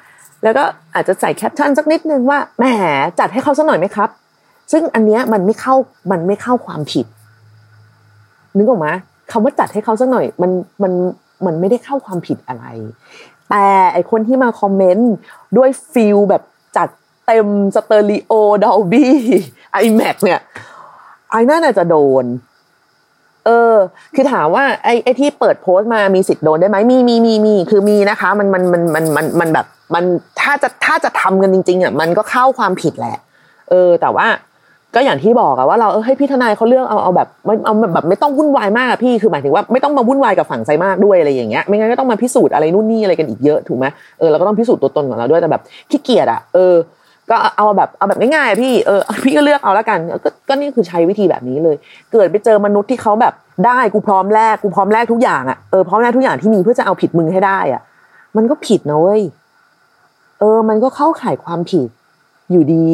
แล้วก็อาจจะใส่แคปชั่นสักนิดนึงว่าแหมจัดให้เขาสักหน่อยไหมครับซึ่งอันเนี้ยมันไม่เข้าความผิดนึกออกมั้ยคำว่าจัดให้เขาสักหน่อยมันไม่ได้เข้าความผิดอะไรแต่ไอคนที่มาคอมเมนต์ด้วยฟีลแบบจัดเต็มสเตอริโอดอลบี้ iMac เนี่ยไอ้นั่นน่ะจะโดนคือถามว่าไอ้ที่เปิดโพสต์มามีสิทธิ์โดนได้ไหมมีคือมีนะคะมันแบบมันถ้าจะทำกันจริงๆอ่ะมันก็เข้าความผิดแหละแต่ว่าก็อย่างที่บอกอะว่าเราให้พี่ทนายเขาเลือกเอาแบบเอาแบบไม่ต้องวุ่นวายมากอะพี่คือหมายถึงว่าไม่ต้องมาวุ่นวายกับฝั่งไซมากด้วยอะไรอย่างเงี้ยไม่งั้นก็ต้องมาพิสูจน์อะไรนู่นนี่อะไรกันอีกเยอะถูกไหมเราก็ต้องพิสูจน์ตัวตนของเราด้วยแต่แบบขี้เกียจอะก็เอาแบบง่ายๆพี่พี่ก็เลือกเอาแล้วกันก็นี่คือใช้วิธีแบบนี้เลยเกิดไปเจอมนุษย์ที่เขาแบบได้กูพร้อมแลกทุกอย่างอะพร้อมแลกทุกอย่างที่มีเพื่อจะเอาผิดมึงให้ได้อะมันก็ผิดนะเว้ยมันก็เข้าข่ายความผิดอยู่ดี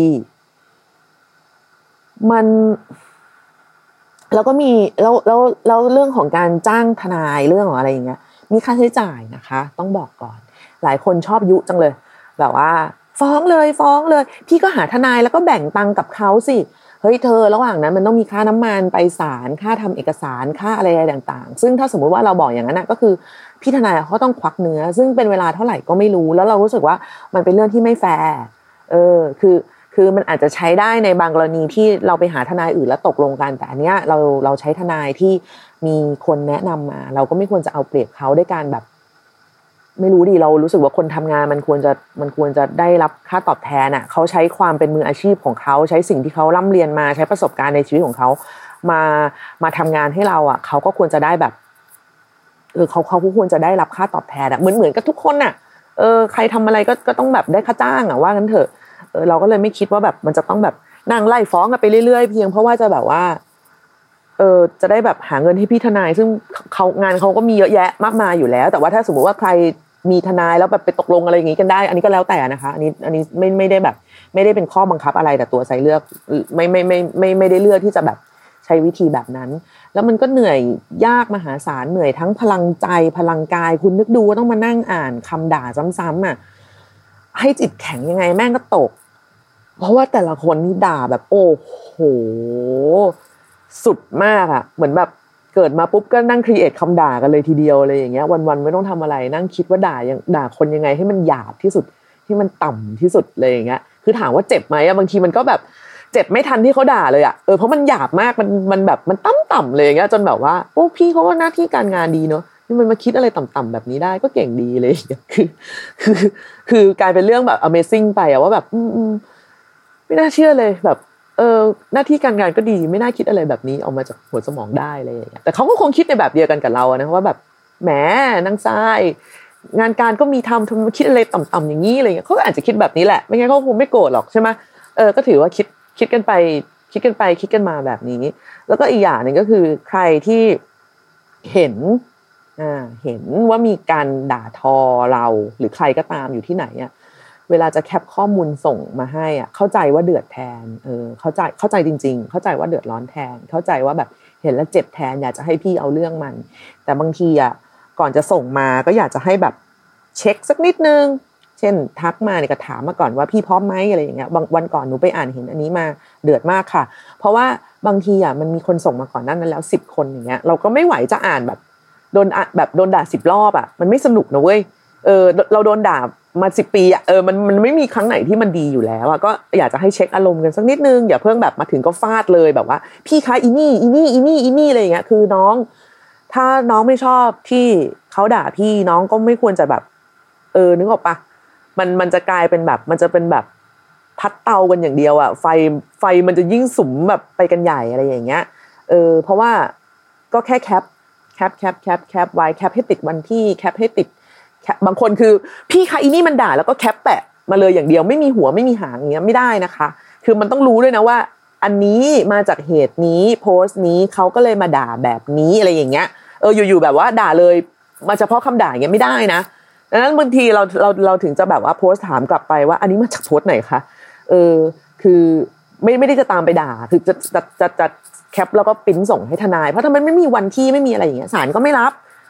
มันแล้วก็มีแล้วเรื่องของการจ้างทนายเรื่องของอะไรอย่างเงี้ยมีค่าใช้จ่ายนะคะต้องบอกก่อนหลายคนชอบยุจังเลยแบบว่าฟ้องเลยพี่ก็หาทนายแล้วก็แบ่งตังค์กับเขาสิเฮ้ยเธอระหว่างนั้นมันต้องมีค่าน้ำมันไปศาลค่าทำเอกสารค่าอะไรต่างๆซึ่งถ้าสมมุติว่าเราบอกอย่างนั้นน่ะก็คือพี่ทนายเขาต้องควักเนื้อซึ่งเป็นเวลาเท่าไหร่ก็ไม่รู้แล้วเรารู้สึกว่ามันเป็นเรื่องที่ไม่แฟร์คือมันอาจจะใช้ได้ในบางกรณีที่เราไปหาทนายอื่นแล้วตกลงกันแต่อันเนี้ยเราใช้ทนายที่มีคนแนะนำมาเราก็ไม่ควรจะเอาเปรียบเขาด้วยการแบบไม่รู้ดิเรารู้สึกว่าคนทำงานมันควรจะได้รับค่าตอบแทนอ่ะเขาใช้ความเป็นมืออาชีพของเขาใช้สิ่งที่เขาร่ำเรียนมาใช้ประสบการณ์ในชีวิตของเขามาทำงานให้เราอ่ะเขาก็ควรจะได้แบบเขาควรจะได้รับค่าตอบแทนอ่ะเหมือนกับทุกคนน่ะใครทำอะไรก็ต้องแบบได้ค่าจ้างอ่ะว่างั้นเถอะเราก็เลยไม่คิดว่าแบบมันจะต้องแบบนั่งไล่ฟ้องกันไปเรื่อยๆเพียงเพราะว่าจะแบบว่าจะได้แบบหาเงินให้พี่ทนายซึ่งงานเขาก็มีเยอะแยะมากมายอยู่แล้วแต่ว่าถ้าสมมุติว่าใครมีทนายแล้วแบบไปตกลงอะไรอย่างงี้กันได้อันนี้ก็แล้วแต่นะคะอันนี้ไม่ได้แบบไม่ได้เป็นข้อบังคับอะไรแต่ตัวไซเลือกไม่ได้เลือกที่จะแบบใช้วิธีแบบนั้นแล้วมันก็เหนื่อยยากมหาศาลเหนื่อยทั้งพลังใจพลังกายคุณนึกดูว่าต้องมานั่งอ่านคำด่าซ้ำๆอ่ะให้จิตแข็งยังไงแม่งก็ตกเพราะว่าแต่ละคนนี่ด่าแบบโอ้โหสุดมากอ่ะเหมือนแบบเกิดมาปุ๊บก็นั่งครีเอทคำด่ากันเลยทีเดียวอะไรอย่างเงี้ยวันๆไม่ต้องทำอะไรนั่งคิดว่าด่าคนยังไงให้มันหยาบที่สุดที่มันต่ำที่สุดเลยอย่างเงี้ยคือถามว่าเจ็บไหมอะบางทีมันก็แบบเจ็บไม่ทันที่เขาด่าเลยอ่ะเพราะมันหยาบมากมันแบบมันต่ำเลยอย่างเงี้ยจนแบบว่าโอ้พี่เขาก็หน้าที่การงานดีเนาะนี่มันมาคิดอะไรต่ำๆแบบนี้ได้ก็เก่งดีเลยคือกลายเป็นเรื่องแบบ Amazing ไปอะว่าแบบไม่น่าเชื่อเลยแบบหน้าที่การงานก็ดีไม่น่าคิดอะไรแบบนี้ออกมาจากหัวสมองได้อะไรอย่างเงี้ยแต่เขาก็คงคิดในแบบเดียวกันกับเรานะว่าแบบแหมนางทรายงานการก็มีทำคิดอะไรต่ำๆอย่างนี้อะไรเงี้ยเขาก็อาจจะคิดแบบนี้แหละไม่งั้นเขาคงไม่โกรธหรอกใช่ไหมก็ถือว่าคิดกันไปคิดกันมาแบบนี้แล้วก็อีกอย่างนึงก็คือใครที่เห็นว่ามีการด่าทอเราหรือใครก็ตามอยู่ที่ไหนอ่ะเวลาจะแคปข้อมูลส่งมาให้อ่ะเข้าใจว่าเดือดแทนเข้าใจจริงๆเข้าใจว่าเดือดร้อนแทนเข้าใจว่าแบบเห็นแล้วเจ็บแทนอยากจะให้พี่เอาเรื่องมันแต่บางทีอ่ะก่อนจะส่งมาก็อยากจะให้แบบเช็คสักนิดนึงเช่นทักมาเนี่ยก็ถามมาก่อนว่าพี่พร้อมไหมอะไรอย่างเงี้ยวันก่อนหนูไปอ่านเห็นอันนี้มาเดือดมากค่ะเพราะว่าบางทีอ่ะมันมีคนส่งมาก่อนนั้นแล้ว10คนอย่างเงี้ยเราก็ไม่ไหวจะอ่านแบบโดนด่า10รอบอ่ะมันไม่สนุกนะเว้ยเราโดนด่ามา10ปีอ่ะมันไม่มีครั้งไหนที่มันดีอยู่แล้วอ่ะก็อยากจะให้เช็คอารมณ์กันสักนิดนึงอย่าเพิ่งแบบมาถึงก็ฟาดเลยแบบว่าพี่คะอีนี่อะไรอย่างเงี้ยคือน้องถ้าน้องไม่ชอบที่เขาด่าพี่น้องก็ไม่ควรจะแบบนึกออกปะมันจะกลายเป็นแบบมันจะเป็นแบบพัดเตากันอย่างเดียวอ่ะไฟมันจะยิ่งสุมแบบไปกันใหญ่อะไรอย่างเงี้ยเพราะว่าก็แค่แคปไว้แคปให้ติดวันที่แคปให้ติดบางคนคือพี่คะอีนี่มันด่าแล้วก็แคปแปะมาเลยอย่างเดียวไม่มีหัวไม่มีหางอย่างเงี้ยไม่ได้นะคะคือมันต้องรู้ด้วยนะว่าอันนี้มาจากเหตุนี้โพสต์นี้เขาก็เลยมาด่าแบบนี้อะไรอย่างเงี้ยอยู่ๆแบบว่าด่าเลยมาเฉพาะคำด่าอย่างเงี้ยไม่ได้นะดังนั้นบางทีเราถึงจะแบบว่าโพสต์ถามกลับไปว่าอันนี้มาจากโพสต์ไหนคะคือไม่ได้จะตามไปด่าคือจะแคปแล้วก็ปริ้นส่งให้ทนายเพราะถ้ามันไม่มีวันที่ไม่มีอะไรอย่างเงี้ยศาลก็ไม่รับ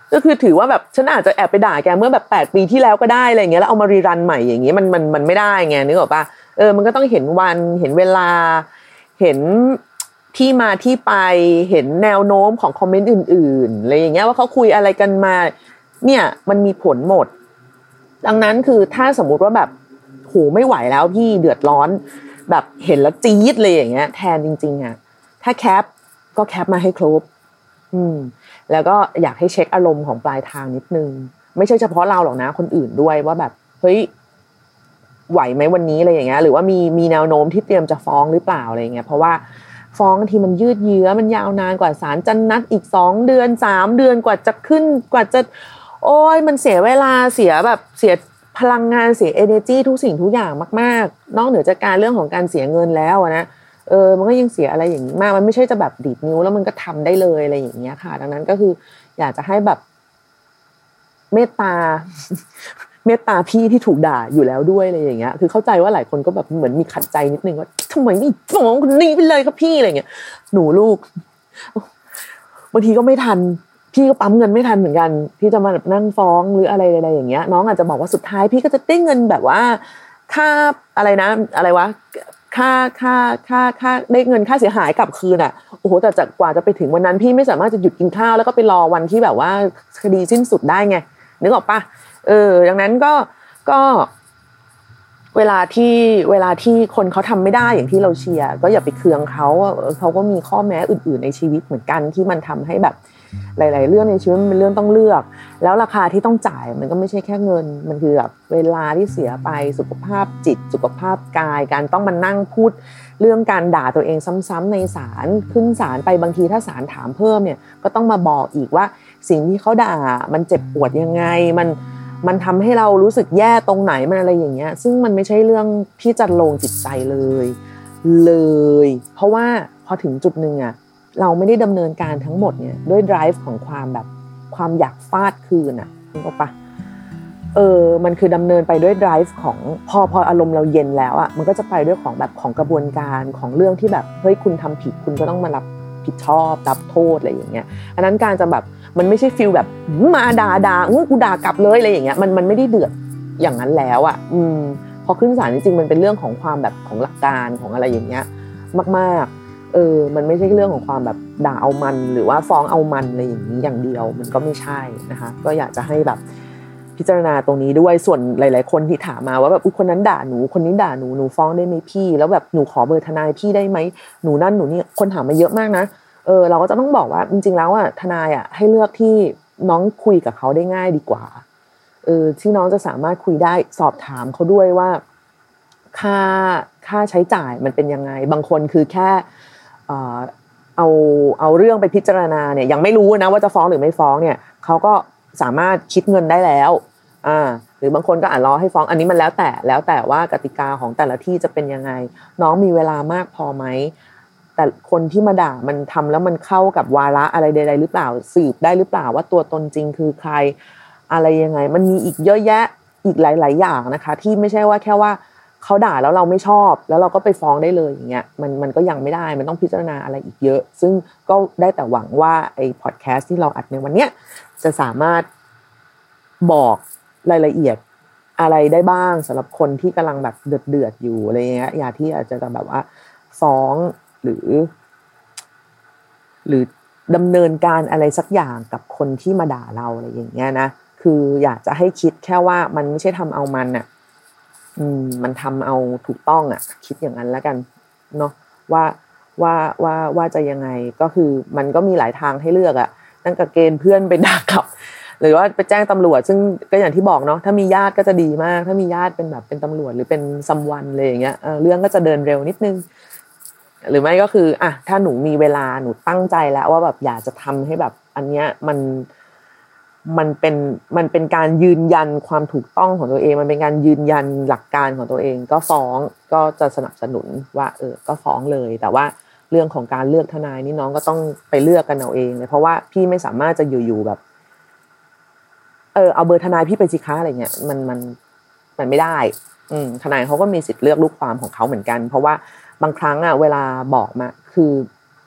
ก็คือถือว่าแบบฉันอาจจะแอบไปด่าแกเมื่อแบบ8ปีที่แล้วก็ได้อะไรอย่างเงี้ยแล้วเอามารีรันใหม่อย่างเงี้ยมันไม่ได้ไงนึกออกป่ะมันก็ต้องเห็นวันเห็นเวลาเห็นที่มาที่ไปเห็นแนวโน้มของคอมเมนต์อื่นๆอะไรอย่างเงี้ยว่าเขาคุยอะไรกันมาเนี่ยมันมีผลหมดดังนั้นคือถ้าสมมุติว่าแบบโหไม่ไหวแล้วพี่เดือดร้อนแบบเห็นแล้วจี๊ดเลยอย่างเงี้ยแทนจริงๆอ่ะถ้าแคปก็แคปมาให้ครบแล้วก็อยากให้เช็คอารมณ์ของปลายทางนิดนึงไม่ใช่เฉพาะเราหรอกนะคนอื่นด้วยว่าแบบเฮ้ยไหวไหมวันนี้อะไรอย่างเงี้ยหรือว่ามีแนวโน้มที่เตรียมจะฟ้องหรือเปล่าอะไรอย่างเงี้ยเพราะว่าฟ้องทีมันยืดเยื้อมันยาวนานกว่าศาลจะนัดอีก2เดือน3เดือนกว่าจะขึ้นกว่าจะโอ้ยมันเสียเวลาเสียแบบเสียพลังงานเสีย energy ทุกสิ่งทุกอย่างมากๆนอกเหนือจากการเรื่องของการเสียเงินแล้วนะมันก็ยังเสียอะไรอย่างนี้มากมันไม่ใช่จะแบบดีดนิ้วแล้วมันก็ทำได้เลยอะไรอย่างเงี้ยค่ะดังนั้นก็คืออยากจะให้แบบเมตตาพี่ที่ถูกด่าอยู่แล้วด้วยอะไรอย่างเงี้ยคือเข้าใจว่าหลายคนก็แบบเหมือนมีขัดใจนิดนึงว่าทำไมไม่ฟ้องคนนี้ไปเลยครับพี่อะไรเงี้ยหนูลูกบางทีก็ไม่ทันพี่ก็ปั๊มเงินไม่ทันเหมือนกันพี่จะมาแบบนั่งฟ้องหรืออะไรๆอย่างเงี้ยน้องอาจจะบอกว่าสุดท้ายพี่ก็จะได้เงินแบบว่าค่าอะไรนะอะไรวะค่าได้เงินค่าเสียหายกลับคืนอ่ะโอ้โหแต่กว่าจะไปถึงวันนั้นพี่ไม่สามารถจะหยุดกินข้าวแล้วก็ไปรอวันที่แบบว่าคดีสิ้นสุดได้ไงนึกออกปะดังนั้นก็เวลาที่คนเขาทำไม่ได้อย่างที่เราเชียร์ก็อย่าไปเคืองเขาเขาก็มีข้อแม้อื่นๆในชีวิตเหมือนกันที่มันทำให้แบบหลายๆเรื่องในชีวิตมันเป็นเรื่องต้องเลือกแล้วราคาที่ต้องจ่ายมันก็ไม่ใช่แค่เงินมันคือแบบเวลาที่เสียไปสุขภาพจิตสุขภาพกายการต้องมานั่งพูดเรื่องการด่าตัวเองซ้ำๆในศาลขึ้นศาลไปบางทีถ้าศาลถามเพิ่มเนี่ยก็ต้องมาบอกอีกว่าสิ่งที่เขาด่ามันเจ็บปวดยังไงมันทำให้เรารู้สึกแย่ตรงไหนมันอะไรอย่างเงี้ยซึ่งมันไม่ใช่เรื่องที่จะลงจิตใจเลยเพราะว่าพอถึงจุดนึงอ่ะเราไม่ได้ดำเนินการทั้งหมดเนี่ยด้วย drive ของความอยากฟาดคืนอ่ะนึกออกปะมันคือดำเนินไปด้วย drive ของพออารมณ์เราเย็นแล้วอ่ะมันก็จะไปด้วยของแบบของกระบวนการของเรื่องที่แบบเฮ้ยคุณทำผิดคุณก็ต้องมารับผิดชอบรับโทษอะไรอย่างเงี้ยอันนั้นการจะแบบมันไม่ใช่ฟีลแบบมาด่ากูด่ากลับเลยอะไรอย่างเงี้ยมันไม่ได้เดือดอย่างนั้นแล้วอ่ะพอขึ้นศาลจริงๆมันเป็นเรื่องของความแบบของหลักการของอะไรอย่างเงี้ยมากๆมันไม่ใช่เรื่องของความแบบด่าเอามันหรือว่าฟ้องเอามันอะไรอย่างนี้อย่างเดียวมันก็ไม่ใช่นะคะก็อยากจะให้แบบพิจารณาตรงนี้ด้วยส่วนหลายๆคนที่ถามมาว่าแบบคนนั้นด่าหนูคนนี้ด่าหนูฟ้องได้ไหมพี่แล้วแบบหนูขอเบอร์ทนายพี่ได้ไหมหนูนั่นหนูนี่คนถามมาเยอะมากนะเราก็จะต้องบอกว่าจริงๆแล้วอ่ะทนายอ่ะให้เลือกที่น้องคุยกับเขาได้ง่ายดีกว่าที่น้องจะสามารถคุยได้สอบถามเขาด้วยว่าค่าใช้จ่ายมันเป็นยังไงบางคนคือแค่เอาเรื่องไปพิจารณาเนี่ยยังไม่รู้นะว่าจะฟ้องหรือไม่ฟ้องเนี่ยเขาก็สามารถคิดเงินได้แล้วหรือบางคนก็รอให้ฟ้องอันนี้มันแล้วแต่ว่ากติกาของแต่ละที่จะเป็นยังไงน้องมีเวลามากพอไหมแต่คนที่มาด่ามันทำแล้วมันเข้ากับวาระอะไรใดๆหรือเปล่าสืบได้หรือเปล่าว่าตัวตนจริงคือใครอะไรยังไงมันมีอีกเยอะแยะอีกหลายๆอย่างนะคะที่ไม่ใช่ว่าแค่ว่าเขาด่าแล้วเราไม่ชอบแล้วเราก็ไปฟ้องได้เลยอย่างเงี้ยมันก็ยังไม่ได้มันต้องพิจารณาอะไรอีกเยอะซึ่งก็ได้แต่หวังว่าไอ้พอดแคสต์ที่เราอัดในวันเนี้ยจะสามารถบอกรายละเอียดอะไรได้บ้างสำหรับคนที่กำลังแบบเดือดอยู่อะไรเงี้ยอย่าที่อาจจะแบบว่าฟ้องหรือดำเนินการอะไรสักอย่างกับคนที่มาด่าเราอะไรอย่างเงี้ยนะคืออยากจะให้คิดแค่ว่ามันไม่ใช่ทำเอามันอ่ะมันทำเอาถูกต้องอ่ะคิดอย่างนั้นแล้วกันเนาะว่าจะยังไงก็คือมันก็มีหลายทางให้เลือกอ่ะตั้งแต่เกณฑ์เพื่อนไปด่ากลับหรือว่าไปแจ้งตำรวจซึ่งก็อย่างที่บอกเนาะถ้ามีญาติก็จะดีมากถ้ามีญาติเป็นแบบเป็นตำรวจหรือเป็นซัมวันเลยอย่างเงี้ยเรื่องก็จะเดินเร็วนิดนึงหรือไม่ก็คือถ้าหนูมีเวลาหนูตั้งใจแล้วว่าแบบอยากจะทำให้แบบอันเนี้ยมันเป็นการยืนยันความถูกต้องของตัวเองมันเป็นการยืนยันหลักการของตัวเองก็ฟ้องก็จะสนับสนุนว่าก็ฟ้องเลยแต่ว่าเรื่องของการเลือกทนายนี่น้องก็ต้องไปเลือกกันเอาเองเลยเพราะว่าพี่ไม่สามารถจะอยู่ๆแบบเอาเบอร์ทนายพี่ไปสิคะอะไรเงี้ยมันไม่ได้ทนายเขาก็มีสิทธิ์เลือกลูกความของเขาเหมือนกันเพราะว่าบางครั้งเวลาบอกมาคือ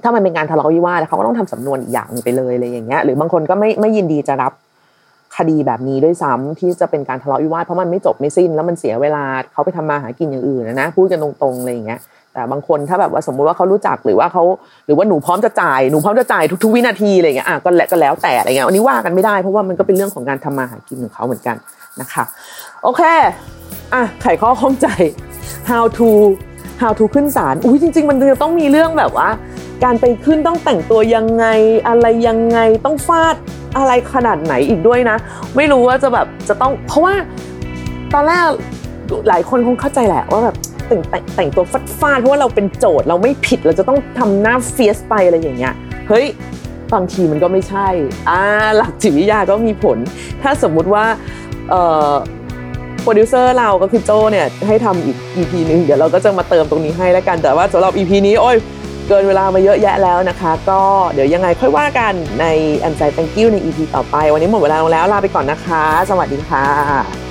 ถ้ามันเป็นการทะเลาะวิวาทเขาก็ต้องทำสำนวนอีกอย่างไปเลยอะไรอย่างเงี้ยหรือบางคนก็ไม่ยินดีจะรับคดีแบบนี้ด้วยซ้ำที่จะเป็นการทะเลาะวิวาทเพราะมันไม่จบไม่สิ้นแล้วมันเสียเวลาเขาไปทำมาหากินอย่างอื่นนะพูดกันตรงๆอะไรอย่างเงี้ยแต่บางคนถ้าแบบว่าสมมุติว่าเขารู้จักหรือว่าหนูพร้อมจะจ่ายทุกๆวินาทีอะไรอย่างเงี้ยก็แล้วแต่อะไรเงี้ยอันนี้ว่ากันไม่ได้เพราะว่ามันก็เป็นเรื่องของการทำมาหากินของเขาเหมือนกันนะคะโอเคไขข้อข้องใจ how to ขึ้นศาลจริงๆมันจะต้องมีเรื่องแบบว่าการไปขึ้นต้องแต่งตัวยังไงอะไรยังไงต้องฟาดอะไรขนาดไหนอีกด้วยนะไม่รู้ว่าจะต้องเพราะว่าตอนแรกหลายคนคงเข้าใจแหละว่าแบบแต่งตัวฟาดเพราะว่าเราเป็นโจทย์เราไม่ผิดเราจะต้องทำหน้าเฟียสไปอะไรอย่างเงี้ยเฮ้ยบางทีมันก็ไม่ใช่หลักจิตวิทยาก็มีผลถ้าสมมุติว่าโปรดิวเซอร์เราก็คือโจ้เนี่ยให้ทำอีก EP นึงเดี๋ยวเราก็จะมาเติมตรงนี้ให้แล้วกันแต่ว่าสำหรับ EP นี้เกินเวลามาเยอะแยะแล้วนะคะก็เดี๋ยวยังไงค่อยว่ากันใน Unsigned Thank You ใน EP ต่อไปวันนี้หมดเวลาแล้วลาไปก่อนนะคะสวัสดีค่ะ